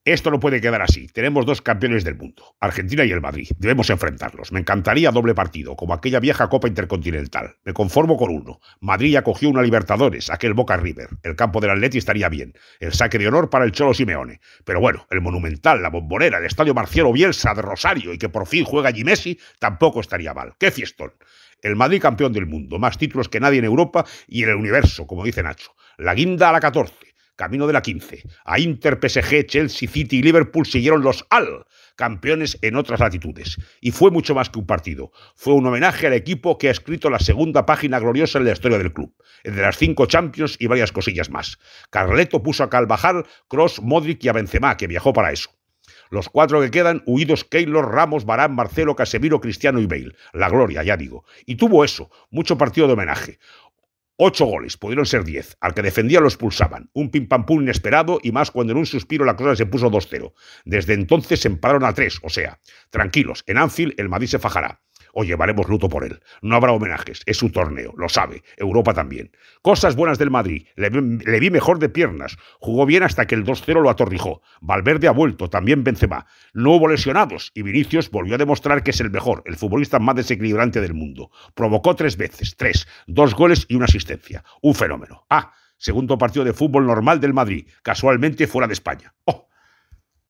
Esto no puede quedar así. Tenemos dos campeones del mundo, Argentina y el Madrid. Debemos enfrentarlos. Me encantaría doble partido, como aquella vieja Copa Intercontinental. Me conformo con uno. Madrid ya cogió una Libertadores, aquel Boca River. El campo del Atleti estaría bien. El saque de honor para el Cholo Simeone. Pero bueno, el Monumental, la Bombonera, el Estadio Marciano Bielsa de Rosario y que por fin juega allí Messi, tampoco estaría mal. ¡Qué fiestón! El Madrid campeón del mundo, más títulos que nadie en Europa y en el universo, como dice Nacho. La guinda a la 14. Camino de la 15. A Inter, PSG, Chelsea, City y Liverpool siguieron los campeones en otras latitudes. Y fue mucho más que un partido. Fue un homenaje al equipo que ha escrito la segunda página gloriosa en la historia del club. El de las 5 Champions y varias cosillas más. Carleto puso a Carvajal, Kroos, Modric y a Benzema, que viajó para eso. Los 4 que quedan, huidos Keylor, Ramos, Varane, Marcelo, Casemiro, Cristiano y Bale. La gloria, ya digo. Y tuvo eso, mucho partido de homenaje. 8 goles, pudieron ser 10. Al que defendía lo expulsaban. Un pim-pam-pum inesperado y más cuando en un suspiro la cosa se puso 2-0. Desde entonces se empararon a 3, o sea, tranquilos, en Anfield el Madrid se fajará. O llevaremos luto por él. No habrá homenajes, es su torneo, lo sabe. Europa también. Cosas buenas del Madrid. Le vi mejor de piernas. Jugó bien hasta que el 2-0 lo atorrijó. Valverde ha vuelto, también Benzema. No hubo lesionados y Vinicius volvió a demostrar que es el mejor, el futbolista más desequilibrante del mundo. Provocó 3 veces, 2 goles y una asistencia. Un fenómeno. Segundo partido de fútbol normal del Madrid, casualmente fuera de España. ¡Oh!